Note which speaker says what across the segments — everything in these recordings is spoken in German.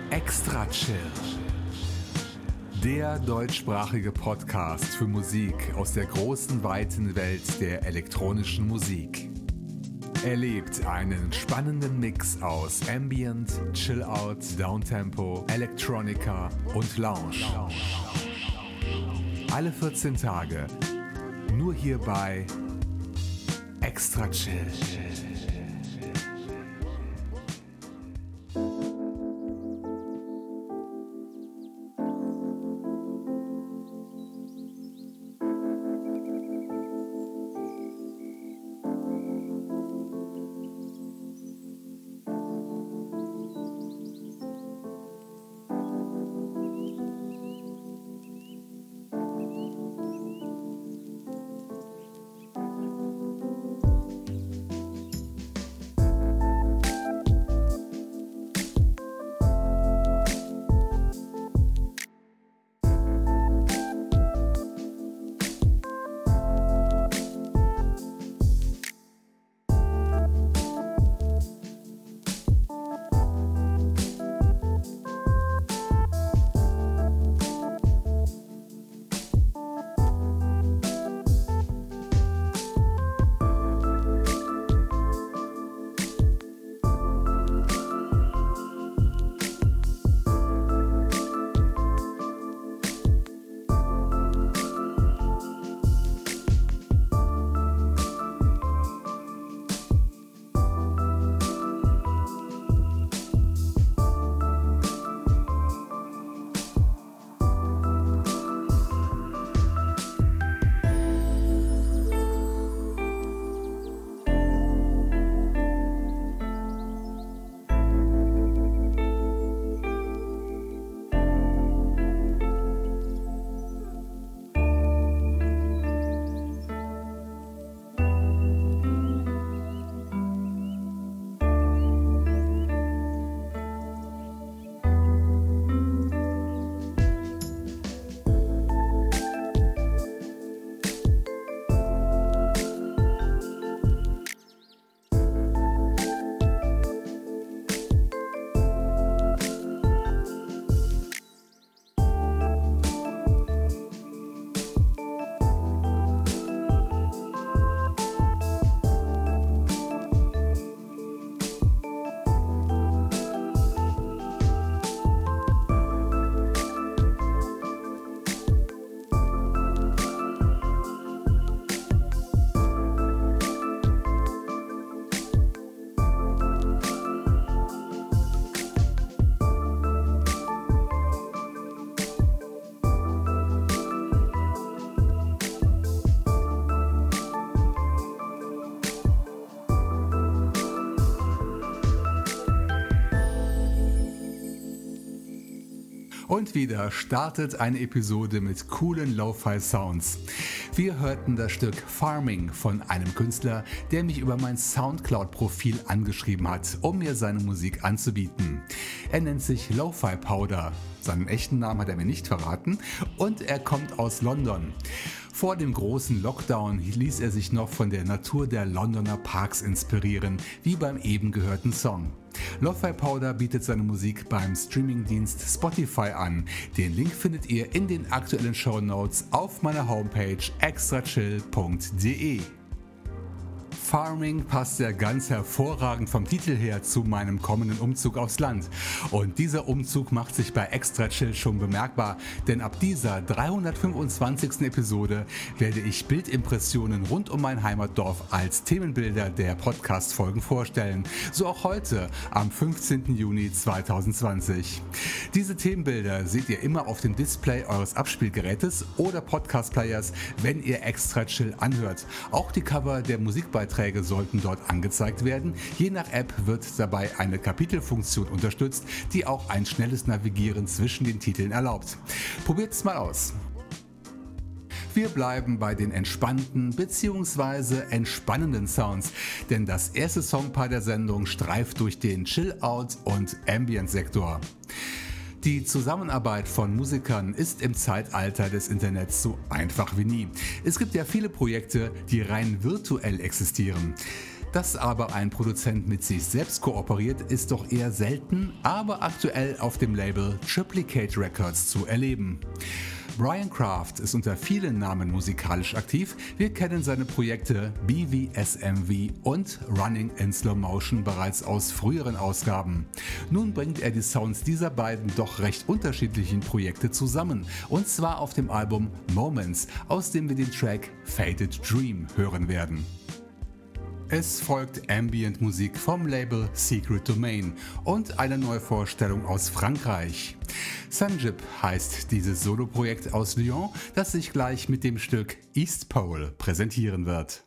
Speaker 1: Extra Chill. Der deutschsprachige Podcast für Musik aus der großen, weiten Welt der elektronischen Musik. Erlebt einen spannenden Mix aus Ambient, Chill-Out, Downtempo, Electronica und Lounge. Alle 14 Tage, nur hier bei Extra Chill. Und wieder startet eine Episode mit coolen Lo-Fi-Sounds. Wir hörten das Stück Farming von einem Künstler, der mich über mein Soundcloud-Profil angeschrieben hat, um mir seine Musik anzubieten. Er nennt sich Lo-Fi Powder. Seinen echten Namen hat er mir nicht verraten und er kommt aus London. Vor dem großen Lockdown ließ er sich noch von der Natur der Londoner Parks inspirieren, wie beim eben gehörten Song. Lo-Fi Powder bietet seine Musik beim Streamingdienst Spotify an. Den Link findet ihr in den aktuellen Shownotes auf meiner Homepage extrachill.de. Farming passt ja ganz hervorragend vom Titel her zu meinem kommenden Umzug aufs Land. Und dieser Umzug macht sich bei Extra Chill schon bemerkbar, denn ab dieser 325. Episode werde ich Bildimpressionen rund um mein Heimatdorf als Themenbilder der Podcast-Folgen vorstellen. So auch heute, am 15. Juni 2020. Diese Themenbilder seht ihr immer auf dem Display eures Abspielgerätes oder Podcast-Players, wenn ihr Extra Chill anhört. Auch die Cover der Musikbeiträge sollten dort angezeigt werden. Je nach App wird dabei eine Kapitelfunktion unterstützt, die auch ein schnelles Navigieren zwischen den Titeln erlaubt. Probiert's mal aus. Wir bleiben bei den entspannten bzw. entspannenden Sounds, denn das erste Songpaar der Sendung streift durch den Chill-Out- und Ambient-Sektor. Die Zusammenarbeit von Musikern ist im Zeitalter des Internets so einfach wie nie. Es gibt ja viele Projekte, die rein virtuell existieren. Dass aber ein Produzent mit sich selbst kooperiert, ist doch eher selten, aber aktuell auf dem Label Triplicate Records zu erleben. Brian Kraft ist unter vielen Namen musikalisch aktiv. Wir kennen seine Projekte BVSMV und Running in Slow Motion bereits aus früheren Ausgaben. Nun bringt er die Sounds dieser beiden doch recht unterschiedlichen Projekte zusammen, und zwar auf dem Album Moments, aus dem wir den Track Faded Dream hören werden. Es folgt Ambient-Musik vom Label Secret Domain und eine Neuvorstellung aus Frankreich. Sanjib heißt dieses Soloprojekt aus Lyon, das sich gleich mit dem Stück East Pole präsentieren wird.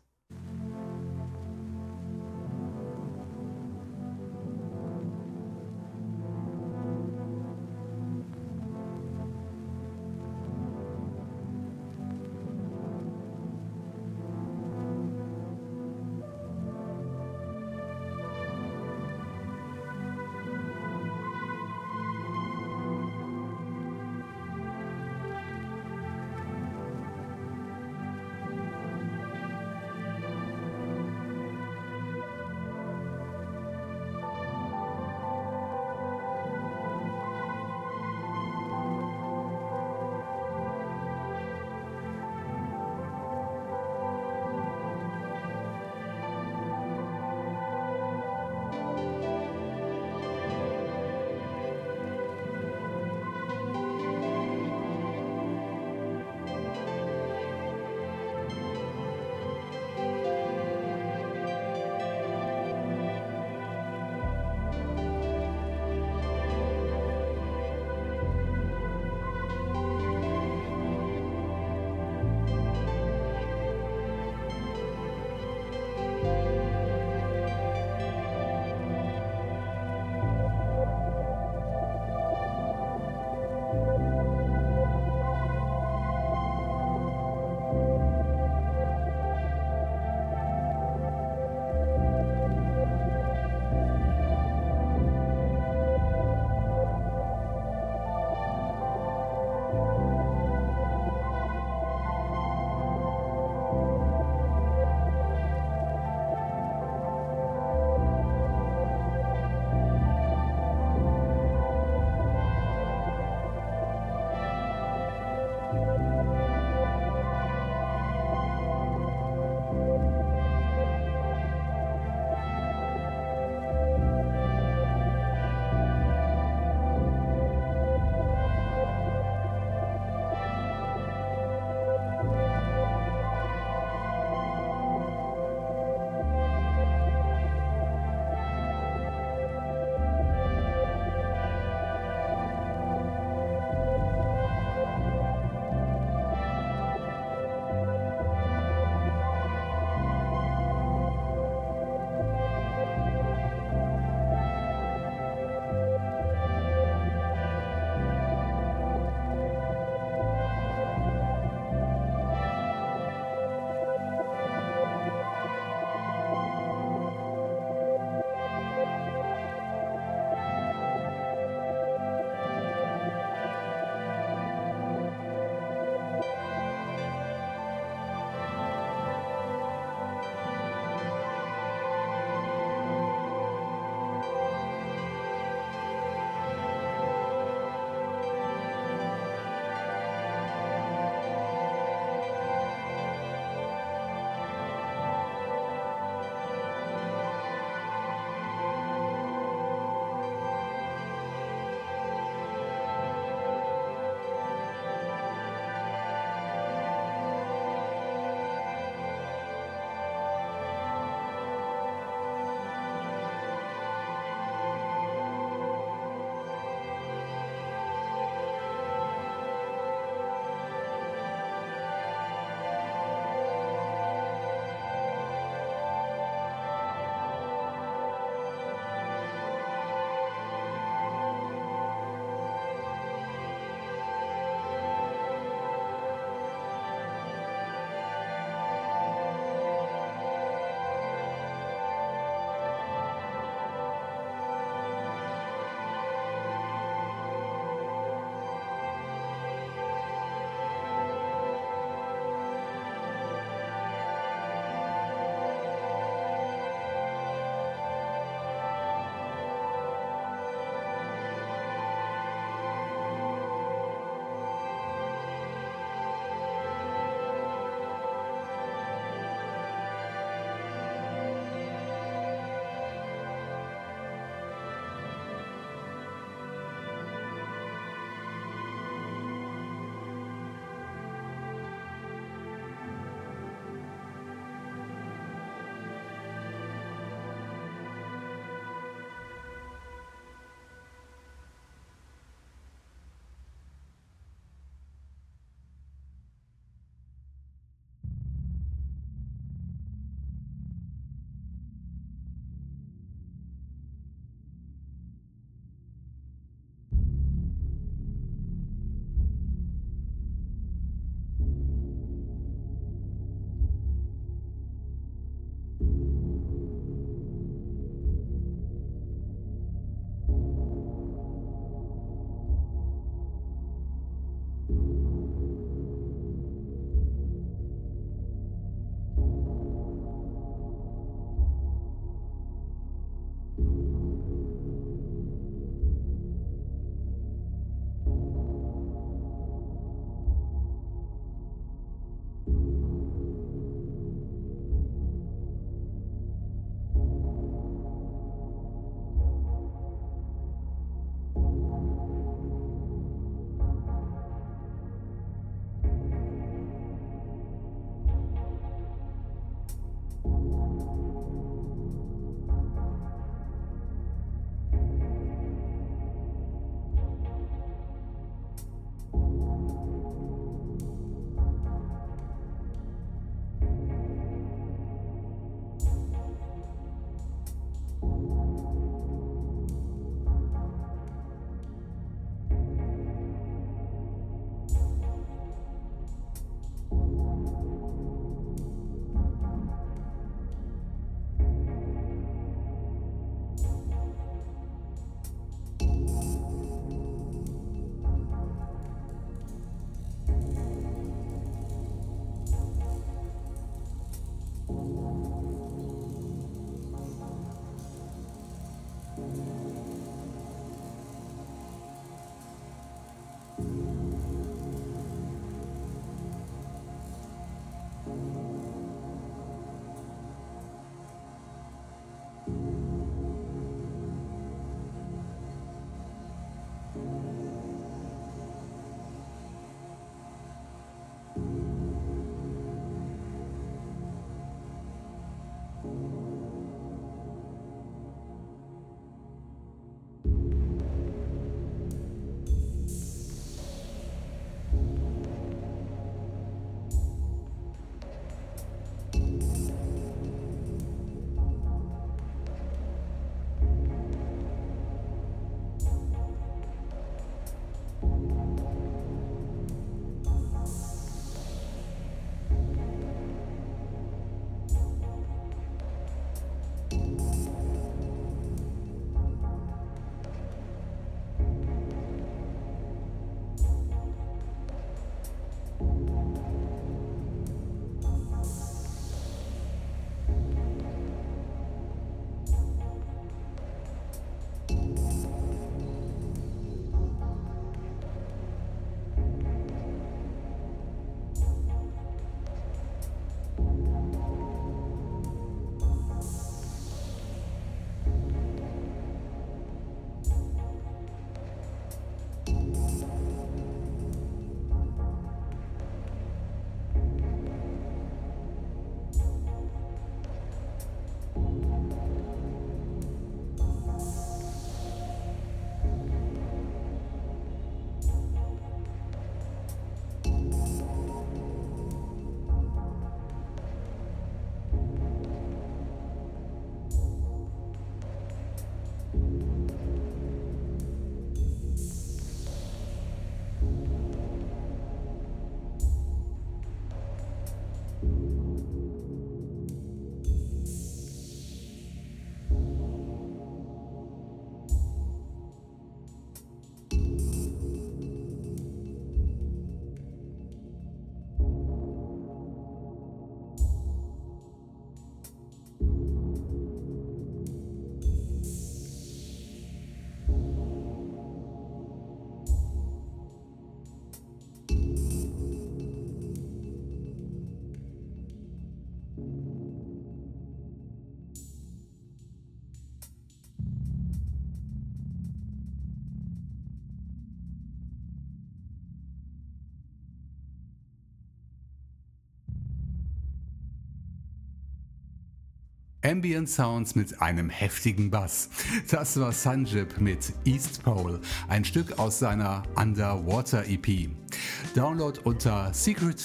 Speaker 1: Ambient Sounds mit einem heftigen Bass. Das war Sanjib mit East Pole, ein Stück aus seiner Underwater EP. Download unter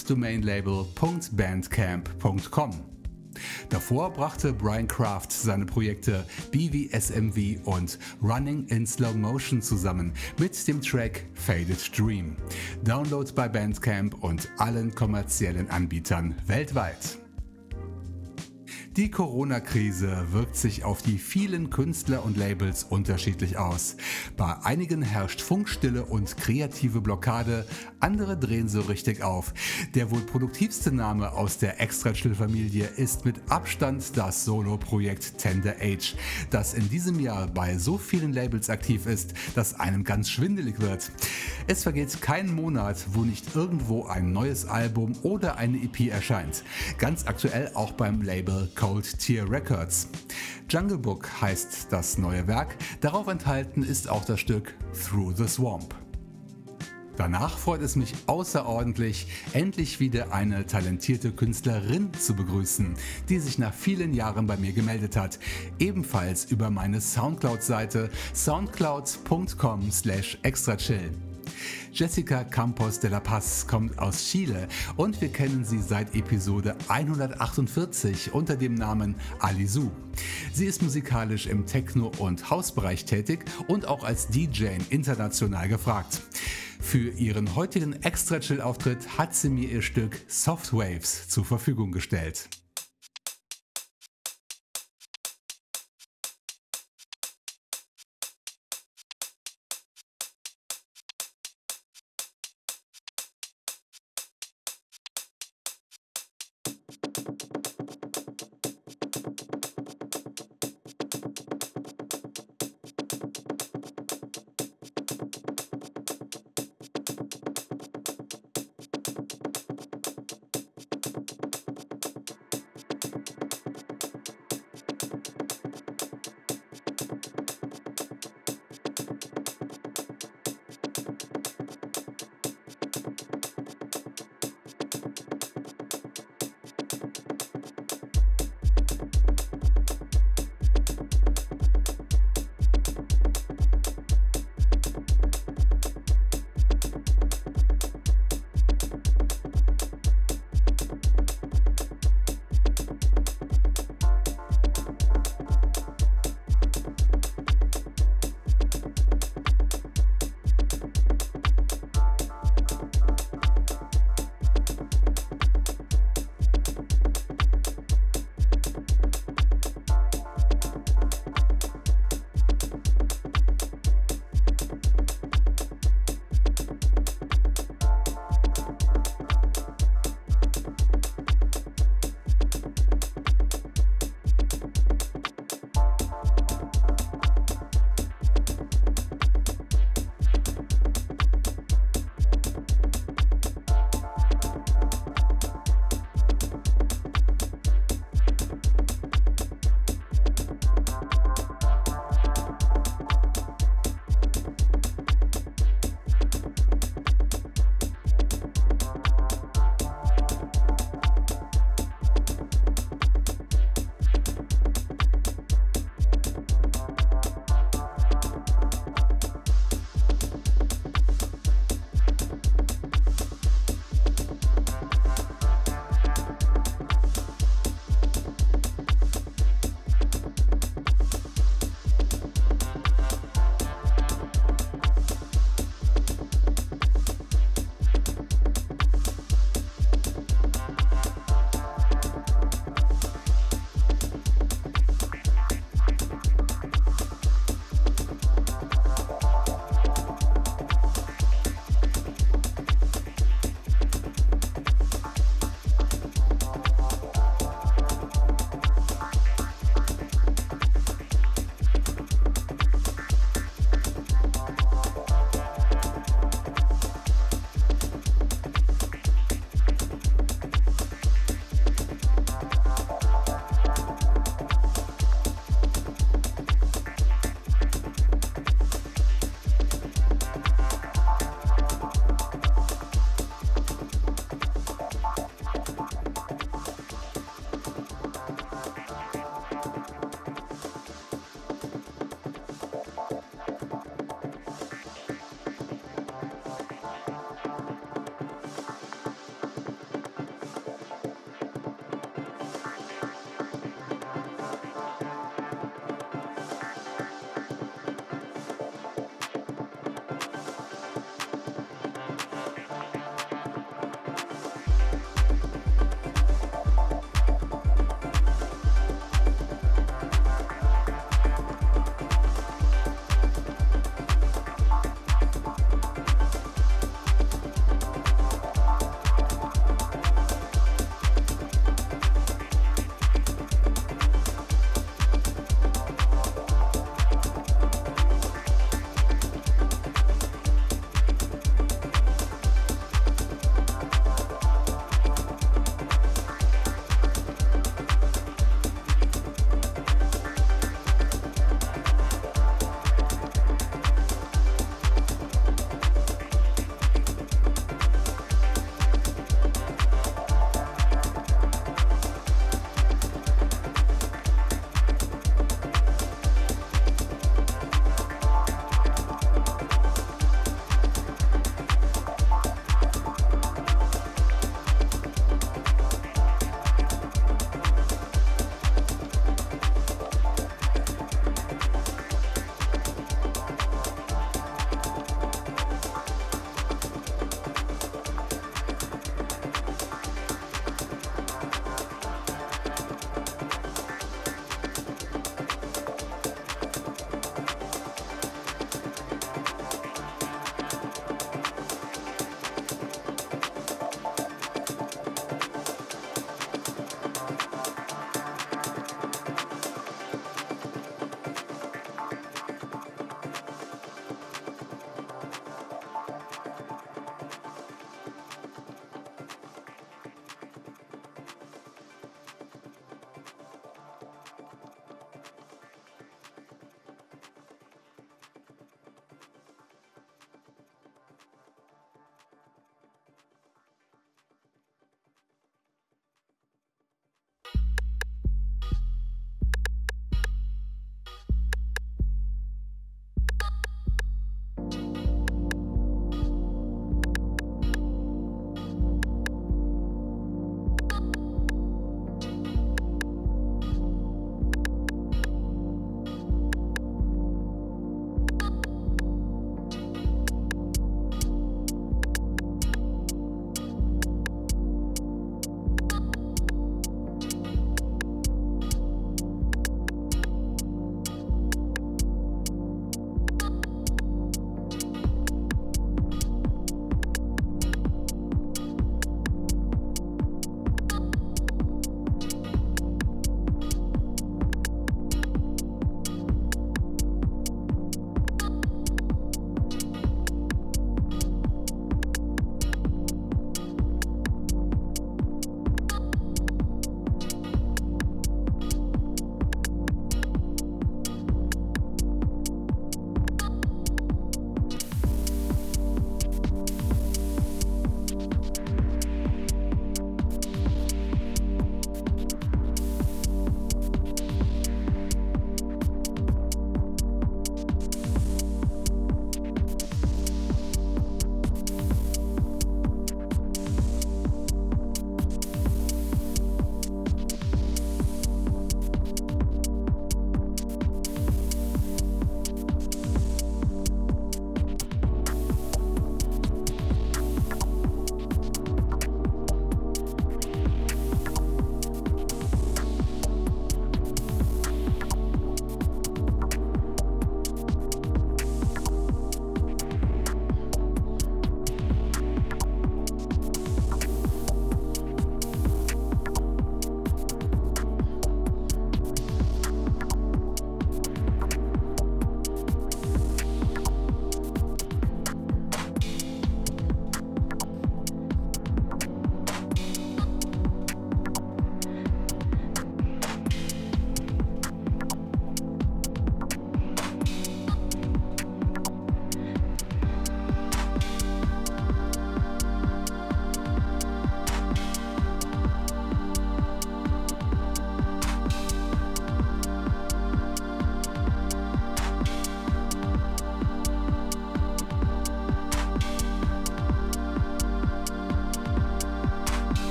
Speaker 1: secretdomainlabel.bandcamp.com. Davor brachte Brian Craft seine Projekte BVSMV und Running in Slow Motion zusammen mit dem Track Faded Dream. Download bei Bandcamp und allen kommerziellen Anbietern weltweit. Die Corona-Krise wirkt sich auf die vielen Künstler und Labels unterschiedlich aus. Bei einigen herrscht Funkstille und kreative Blockade, andere drehen so richtig auf. Der wohl produktivste Name aus der Extra-Chill-Familie ist mit Abstand das Solo-Projekt Tender Age, das in diesem Jahr bei so vielen Labels aktiv ist, dass einem ganz schwindelig wird. Es vergeht kein Monat, wo nicht irgendwo ein neues Album oder eine EP erscheint. Ganz aktuell auch beim Label Cold Tier Records. Jungle Book heißt das neue Werk, darauf enthalten ist auch das Stück Through the Swamp. Danach freut es mich außerordentlich, endlich wieder eine talentierte Künstlerin zu begrüßen, die sich nach vielen Jahren bei mir gemeldet hat, ebenfalls über meine Soundcloud-Seite soundcloud.com/extrachill. Jessica Campos de la Paz kommt aus Chile und wir kennen sie seit Episode 148 unter dem Namen Alisu. Sie ist musikalisch im Techno- und Hausbereich tätig und auch als DJ international gefragt. Für ihren heutigen Extra-Chill-Auftritt hat sie mir ihr Stück Soft Waves zur Verfügung gestellt.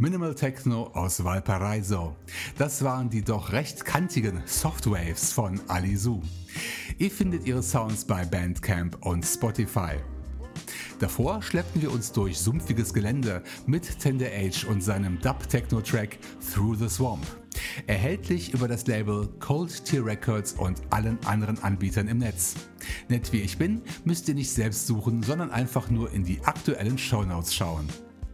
Speaker 1: Minimal Techno aus Valparaiso. Das waren die doch recht kantigen Softwaves von Alizou. Ihr findet ihre Sounds bei Bandcamp und Spotify. Davor schleppten wir uns durch sumpfiges Gelände mit Tender Age und seinem Dub-Techno-Track Through the Swamp. Erhältlich über das Label Cold Tear Records und allen anderen Anbietern im Netz. Nett wie ich bin, müsst ihr nicht selbst suchen, sondern einfach nur in die aktuellen Shownotes schauen.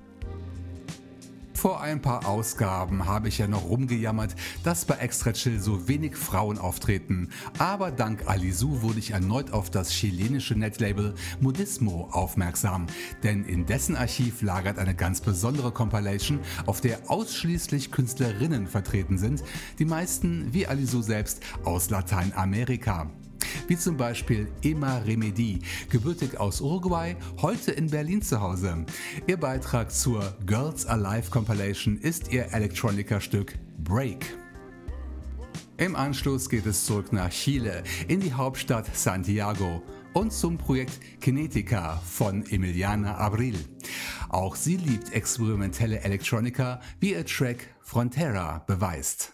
Speaker 1: Vor ein paar Ausgaben habe ich ja noch rumgejammert, dass bei Extra Chill so wenig Frauen auftreten, aber dank Alizou wurde ich erneut auf das chilenische Netlabel Modismo aufmerksam, denn in dessen Archiv lagert eine ganz besondere Compilation, auf der ausschließlich Künstlerinnen vertreten sind, die meisten, wie Alizou selbst, aus Lateinamerika. Wie zum Beispiel Emma Remedi, gebürtig aus Uruguay, heute in Berlin zu Hause. Ihr Beitrag zur Girls Alive Compilation ist ihr Electronica-Stück Break. Im Anschluss geht es zurück nach Chile, in die Hauptstadt Santiago und zum Projekt Kinetica von Emiliana Abril. Auch sie liebt experimentelle Electronica, wie ihr Track Frontera beweist.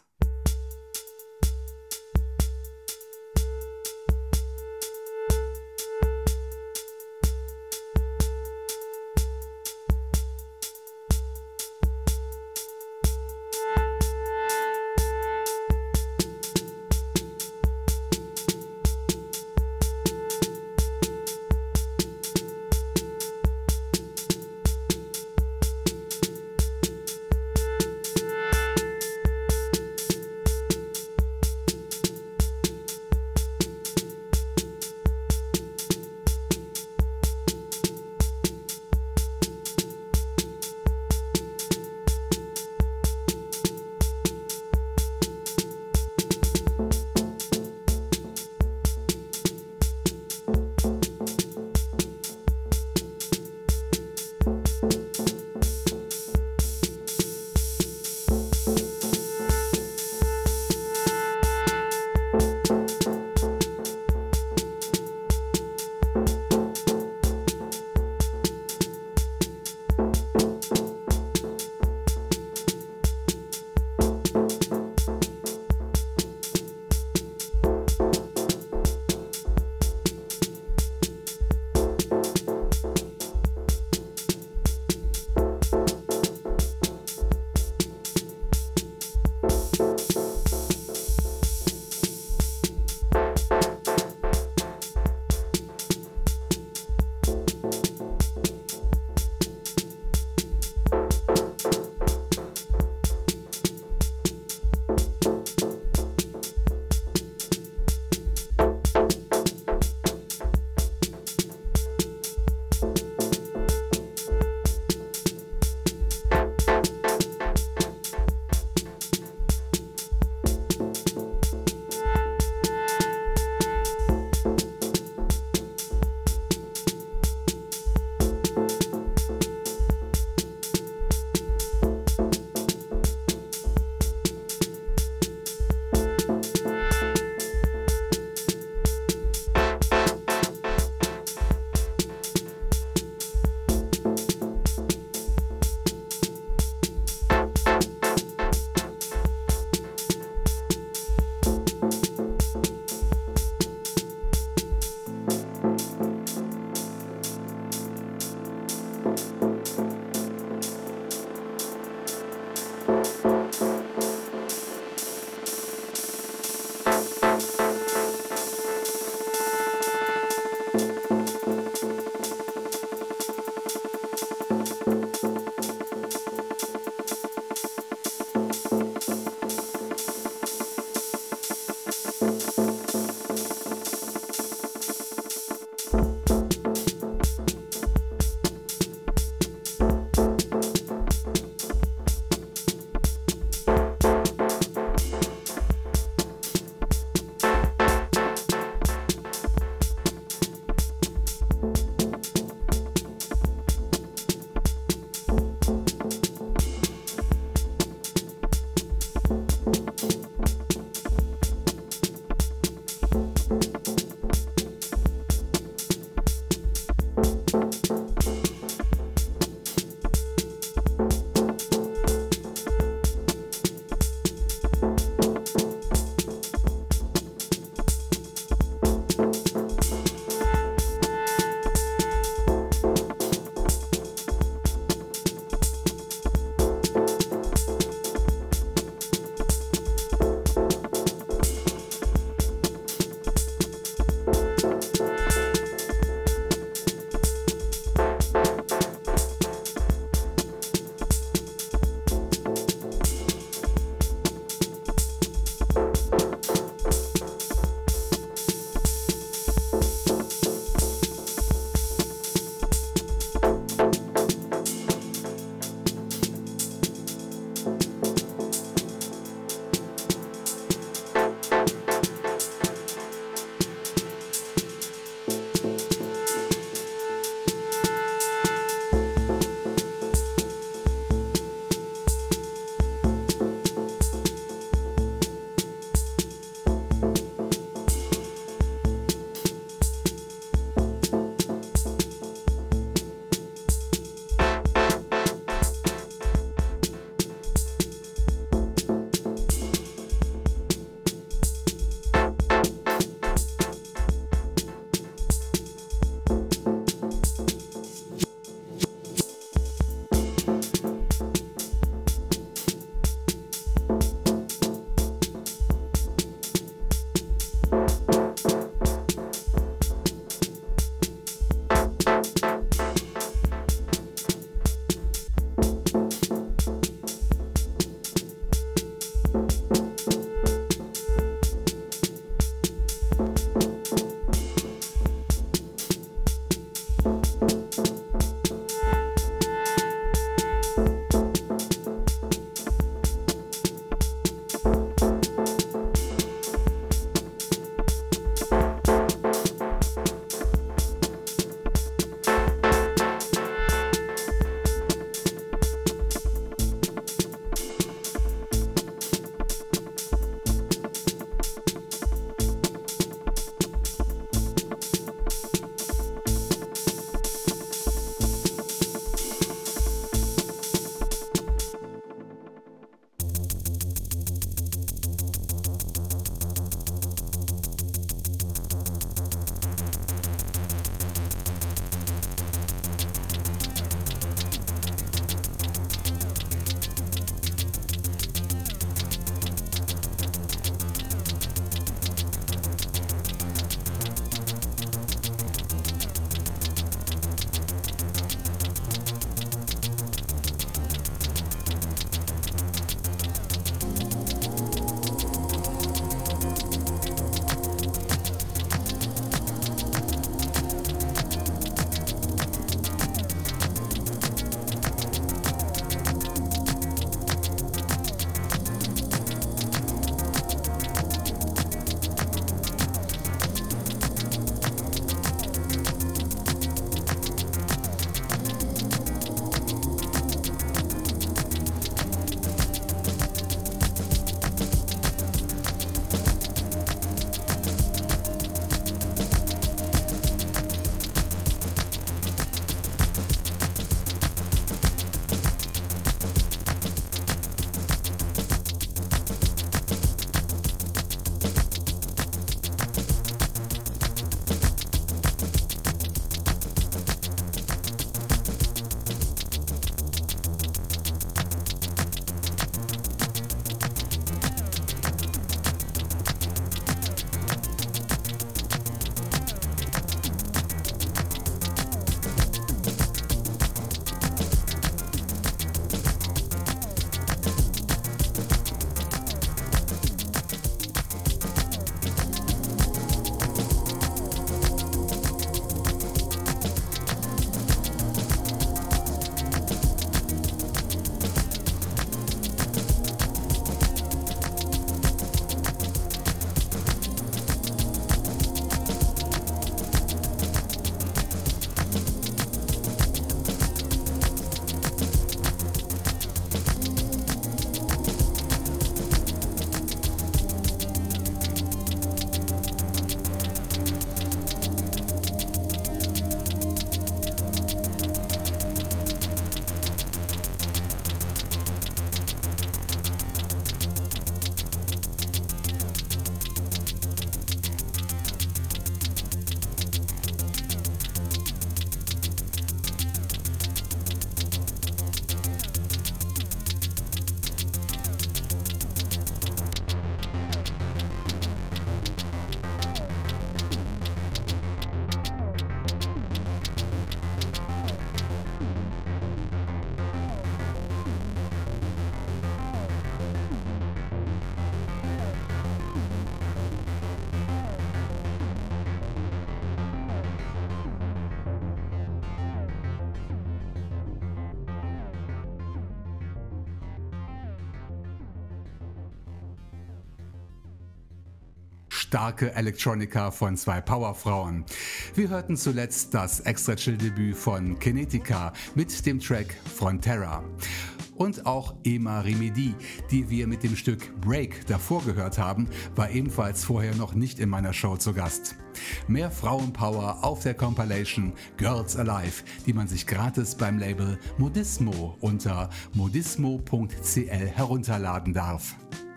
Speaker 1: starke Electronica von zwei Powerfrauen. Wir hörten zuletzt das Extra-Chill-Debüt von Kinetica mit dem Track Frontera. Und auch Ema Remedy, die wir mit dem Stück Break davor gehört haben, war ebenfalls vorher noch nicht in meiner Show zu Gast. Mehr Frauenpower auf der Compilation Girls Alive, die man sich gratis beim Label Modismo unter modismo.cl herunterladen darf.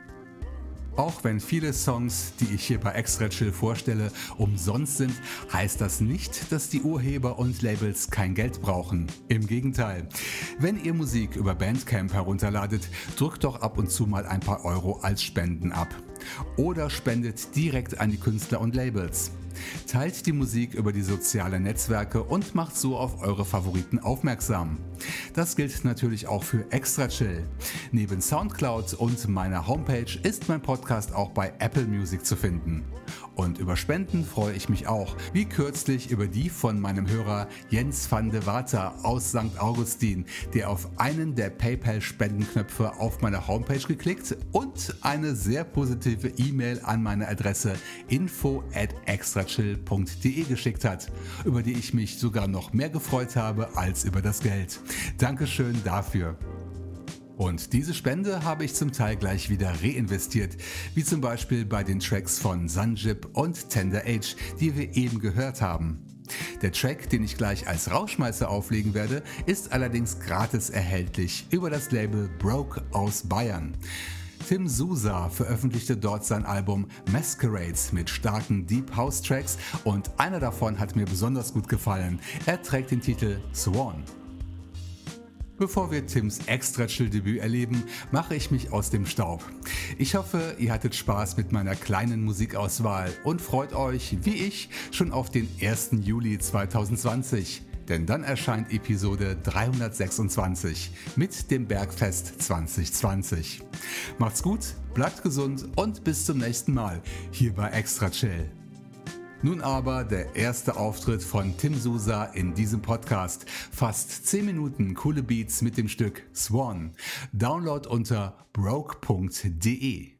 Speaker 1: Auch wenn viele Songs, die ich hier bei Extra Chill vorstelle, umsonst sind, heißt das nicht, dass die Urheber und Labels kein Geld brauchen. Im Gegenteil. Wenn ihr Musik über Bandcamp herunterladet, drückt doch ab und zu mal ein paar Euro als Spenden ab. Oder spendet direkt an die Künstler und Labels. Teilt die Musik über die sozialen Netzwerke und macht so auf eure Favoriten aufmerksam. Das gilt natürlich auch für Extra Chill. Neben Soundcloud und meiner Homepage ist mein Podcast auch bei Apple Music zu finden. Und über Spenden freue ich mich auch, wie kürzlich über die von meinem Hörer Jens van de Water aus St. Augustin, der auf einen der PayPal-Spendenknöpfe auf meiner Homepage geklickt und eine sehr positive E-Mail an meine Adresse info@extrachill.de geschickt hat, über die ich mich sogar noch mehr gefreut habe als über das Geld. Dankeschön dafür. Und diese Spende habe ich zum Teil gleich wieder reinvestiert, wie zum Beispiel bei den Tracks von Sanjib und Tender Age, die wir eben gehört haben. Der Track, den ich gleich als Rauschmeißer auflegen werde, ist allerdings gratis erhältlich über das Label Broke aus Bayern. Tim Sousa veröffentlichte dort sein Album Masquerades mit starken Deep House Tracks und einer davon hat mir besonders gut gefallen. Er trägt den Titel Swan. Bevor wir Tims Extra-Chill-Debüt erleben, mache ich mich aus dem Staub. Ich hoffe, ihr hattet Spaß mit meiner kleinen Musikauswahl und freut euch, wie ich, schon auf den 1. Juli 2020. Denn dann erscheint Episode 326 mit dem Bergfest 2020. Macht's gut, bleibt gesund und bis zum nächsten Mal hier bei Extra Chill. Nun aber der erste Auftritt von Tim Sousa in diesem Podcast. Fast 10 Minuten coole Beats mit dem Stück Swan. Download unter broke.de.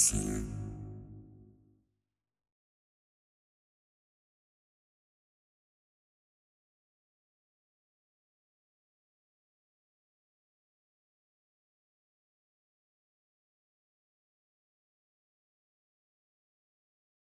Speaker 2: Film.